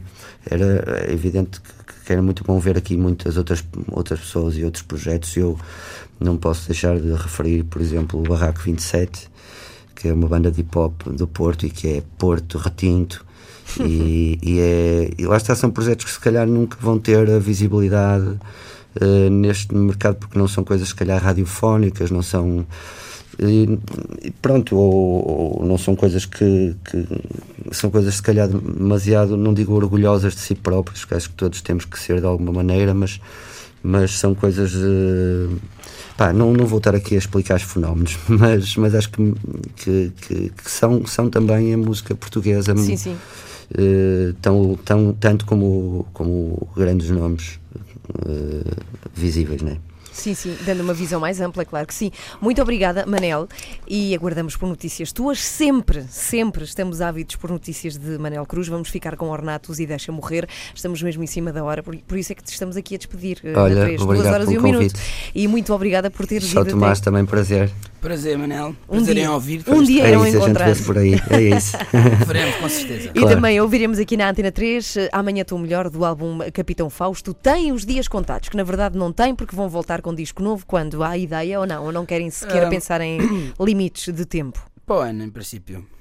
Speaker 6: Era evidente que, que era muito bom ver aqui muitas outras, outras pessoas e outros projetos. Eu não posso deixar de referir, por exemplo, o Barraco vinte e sete, que é uma banda de hip-hop do Porto e que é Porto Retinto. E, e, é, e lá está, são projetos que se calhar nunca vão ter a visibilidade uh, neste mercado, porque não são coisas se calhar radiofónicas, não são e, e pronto, ou, ou não são coisas que, que são coisas se calhar demasiado, não digo orgulhosas de si próprios, que acho que todos temos que ser de alguma maneira, mas, mas são coisas uh, pá, não, não vou estar aqui a explicar os fenómenos, mas, mas acho que, que, que, que são, são também a música portuguesa.
Speaker 1: Sim, sim.
Speaker 6: Uh, tão, tão, tanto como, como grandes nomes uh, visíveis, não é?
Speaker 1: Sim, sim, dando uma visão mais ampla, claro que sim. Muito obrigada, Manel, e aguardamos por notícias tuas. Sempre, sempre estamos ávidos por notícias de Manel Cruz. Vamos ficar com Ornatos e Deixa Morrer. Estamos mesmo em cima da hora, por, por isso é que te estamos aqui a despedir. eh,
Speaker 6: Olha,
Speaker 1: na três, duas
Speaker 6: obrigado
Speaker 1: horas e
Speaker 6: pelo
Speaker 1: um minuto.
Speaker 6: convite.
Speaker 1: E muito obrigada por teres
Speaker 6: Só
Speaker 1: vindo
Speaker 6: Tomás,
Speaker 1: até...
Speaker 6: também prazer.
Speaker 7: Prazer, Manel.
Speaker 1: Um
Speaker 7: Prazer
Speaker 1: dia.
Speaker 7: em ouvir.
Speaker 1: Um dia
Speaker 6: É
Speaker 1: irão
Speaker 6: isso, a gente
Speaker 1: encontrar.
Speaker 6: vê-se por aí, é isso.
Speaker 7: Faremos, com certeza.
Speaker 1: E
Speaker 6: Claro.
Speaker 1: também ouviremos aqui na Antena três eh, Amanhã Estou Melhor, do álbum Capitão Fausto. Tem os dias contados, que na verdade não tem, porque vão voltar com disco novo quando há ideia ou não, ou não querem sequer
Speaker 7: Ah.
Speaker 1: pensar em limites de tempo.
Speaker 7: Para o ano, em princípio.